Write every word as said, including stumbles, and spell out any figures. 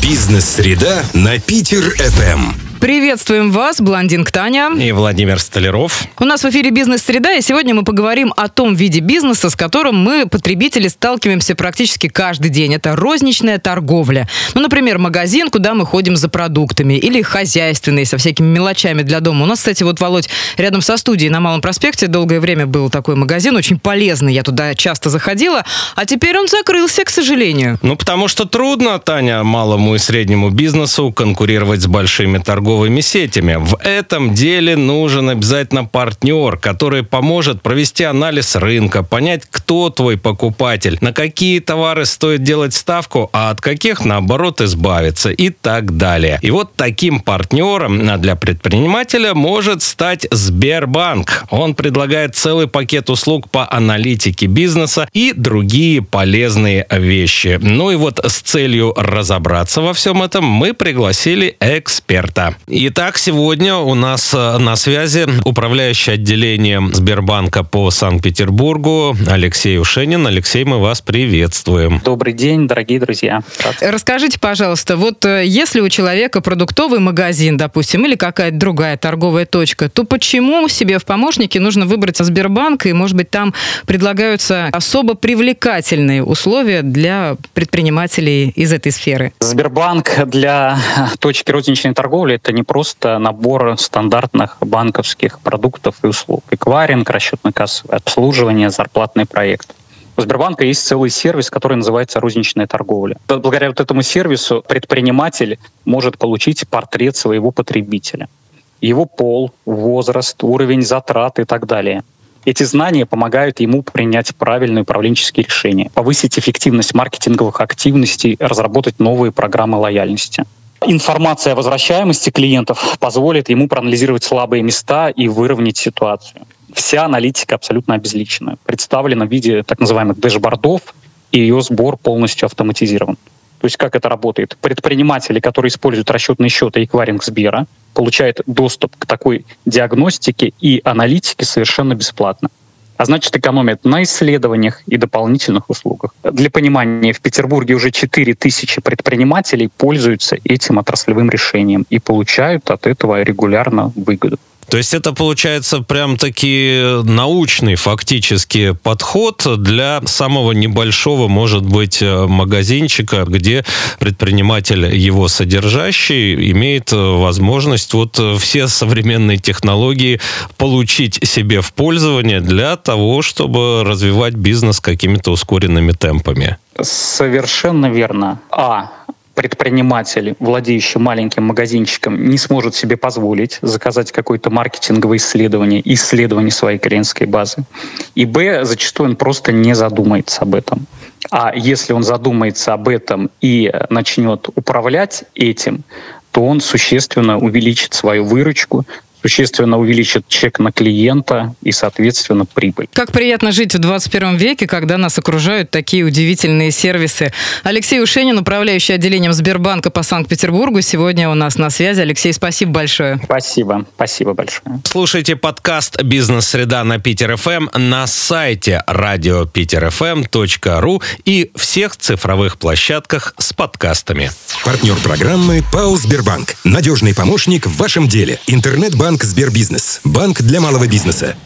Бизнес-среда на Питер-эф эм. Приветствуем вас, блондинка Таня и Владимир Столяров. У нас в эфире «Бизнес-среда», и сегодня мы поговорим о том виде бизнеса, с которым мы, потребители, сталкиваемся практически каждый день. Это розничная торговля. Ну, например, магазин, куда мы ходим за продуктами, или хозяйственный, со всякими мелочами для дома. У нас, кстати, вот, Володь, рядом со студией на Малом проспекте долгое время был такой магазин, очень полезный, я туда часто заходила, а теперь он закрылся, к сожалению. Ну, потому что трудно, Таня, малому и среднему бизнесу конкурировать с большими торговыми торговыми сетями. В этом деле нужен обязательно партнер, который поможет провести анализ рынка, понять, кто твой покупатель, на какие товары стоит делать ставку, а от каких, наоборот, избавиться и так далее. И вот таким партнером для предпринимателя может стать Сбербанк. Он предлагает целый пакет услуг по аналитике бизнеса и другие полезные вещи. Ну и вот с целью разобраться во всем этом мы пригласили эксперта. Итак, сегодня у нас на связи управляющий отделением Сбербанка по Санкт-Петербургу Алексей Ушенин. Алексей, мы вас приветствуем. Добрый день, дорогие друзья. Расскажите, пожалуйста, вот если у человека продуктовый магазин, допустим, или какая-то другая торговая точка, то почему себе в помощники нужно выбрать Сбербанк, и, может быть, там предлагаются особо привлекательные условия для предпринимателей из этой сферы? Сбербанк для точки розничной торговли — это не просто набор стандартных банковских продуктов и услуг. Эквайринг, расчетно-кассовое обслуживание, зарплатный проект. У Сбербанка есть целый сервис, который называется розничная торговля. Благодаря вот этому сервису предприниматель может получить портрет своего потребителя. Его пол, возраст, уровень затрат и так далее. Эти знания помогают ему принять правильные управленческие решения, повысить эффективность маркетинговых активностей, разработать новые программы лояльности. Информация о возвращаемости клиентов позволит ему проанализировать слабые места и выровнять ситуацию. Вся аналитика абсолютно обезличена, представлена в виде так называемых дэшбордов, и ее сбор полностью автоматизирован. То есть как это работает? Предприниматели, которые используют расчетные счеты и эквайринг Сбера, получают доступ к такой диагностике и аналитике совершенно бесплатно. А значит, экономят на исследованиях и дополнительных услугах. Для понимания, в Петербурге уже четыре тысячи предпринимателей пользуются этим отраслевым решением и получают от этого регулярно выгоду. То есть это получается прям-таки научный фактически подход для самого небольшого, может быть, магазинчика, где предприниматель, его содержащий, имеет возможность вот все современные технологии получить себе в пользование для того, чтобы развивать бизнес какими-то ускоренными темпами. Совершенно верно. А. Предприниматель, владеющий маленьким магазинчиком, не сможет себе позволить заказать какое-то маркетинговое исследование, исследование своей клиентской базы. И б, зачастую он просто не задумается об этом. А если он задумается об этом и начнет управлять этим, то он существенно увеличит свою выручку, существенно увеличит чек на клиента и, соответственно, прибыль. Как приятно жить в двадцать первом веке, когда нас окружают такие удивительные сервисы. Алексей Ушенин, управляющий отделением Сбербанка по Санкт-Петербургу, сегодня у нас на связи. Алексей, спасибо большое. Спасибо. Спасибо большое. Слушайте подкаст «Бизнес-среда» на Питер-эф эм на сайте радио питер эф эм точка ру и всех цифровых площадках с подкастами. Партнер программы ПАО «Сбербанк». Надежный помощник в вашем деле. Интернет-банк «Сбербизнес». Банк для малого бизнеса.